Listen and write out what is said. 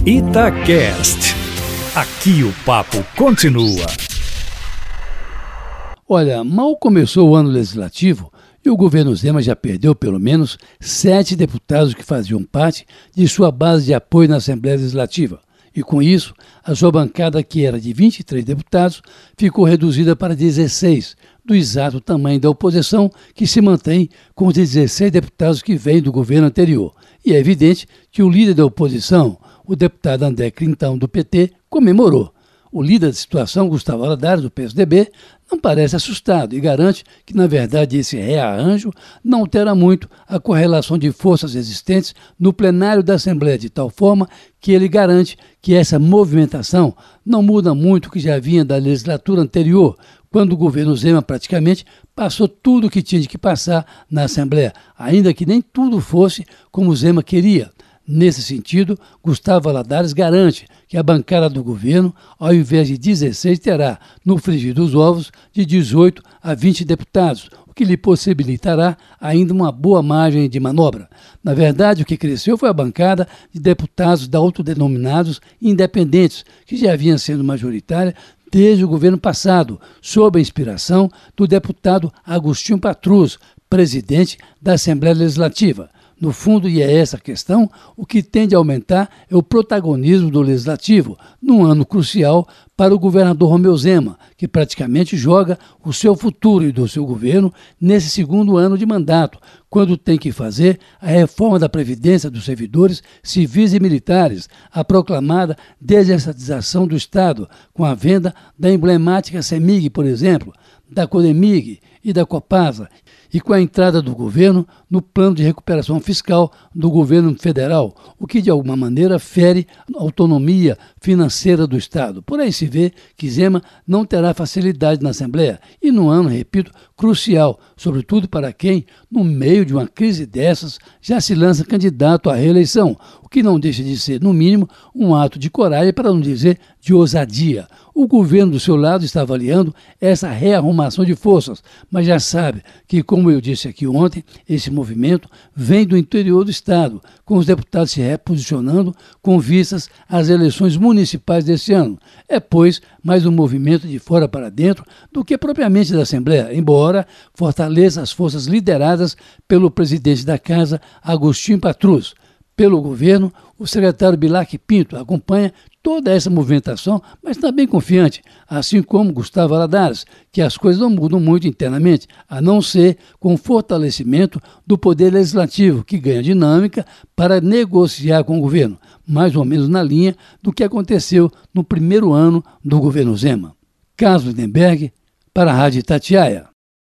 Itacast. Aqui o papo continua. Olha, mal começou o ano legislativo e o governo Zema já perdeu pelo menos 7 deputados que faziam parte de sua base de apoio na Assembleia Legislativa. E com isso, a sua bancada, que era de 23 deputados, ficou reduzida para 16, do exato tamanho da oposição, que se mantém com os 16 deputados que vêm do governo anterior. E é evidente que o líder da oposição, o deputado André Quintão, do PT, comemorou. O líder da situação, Gustavo Valadares, do PSDB, não parece assustado e garante que, na verdade, esse rearranjo não altera muito a correlação de forças existentes no plenário da Assembleia, de tal forma que ele garante que essa movimentação não muda muito o que já vinha da legislatura anterior, quando o governo Zema praticamente passou tudo o que tinha de que passar na Assembleia, ainda que nem tudo fosse como o Zema queria. Nesse sentido, Gustavo Valadares garante que a bancada do governo, ao invés de 16, terá, no frigir dos ovos, de 18 a 20 deputados, o que lhe possibilitará ainda uma boa margem de manobra. Na verdade, o que cresceu foi a bancada de deputados autodenominados independentes, que já vinha sendo majoritária desde o governo passado, sob a inspiração do deputado Agostinho Patrus, presidente da Assembleia Legislativa. No fundo, e é essa a questão, o que tende a aumentar é o protagonismo do Legislativo, num ano crucial para o governador Romeu Zema, que praticamente joga o seu futuro e do seu governo nesse segundo ano de mandato, quando tem que fazer a reforma da Previdência dos servidores civis e militares, a proclamada desestatização do Estado, com a venda da emblemática CEMIG, por exemplo, da Codemig e da Copasa, e com a entrada do governo no plano de recuperação fiscal do governo federal, o que de alguma maneira fere a autonomia financeira do Estado. Por aí se vê que Zema não terá facilidade na Assembleia e num ano, repito, crucial, sobretudo para quem, no meio de uma crise dessas, já se lança candidato à reeleição, o que não deixa de ser, no mínimo, um ato de coragem, para não dizer de ousadia. O governo, do seu lado, está avaliando essa rearrumação de forças, mas já sabe que, como eu disse aqui ontem, esse movimento vem do interior do Estado, com os deputados se reposicionando com vistas às eleições municipais desse ano. É, pois, mais um movimento de fora para dentro do que propriamente da Assembleia, embora fortaleça as forças lideradas pelo presidente da Casa, Agostinho Patrus. Pelo governo, o secretário Bilac Pinto acompanha toda essa movimentação, mas está bem confiante, assim como Gustavo Valadares, que as coisas não mudam muito internamente, a não ser com o fortalecimento do Poder Legislativo, que ganha dinâmica para negociar com o governo, mais ou menos na linha do que aconteceu no primeiro ano do governo Zema. Carlos Lindenberg, para a Rádio Itatiaia.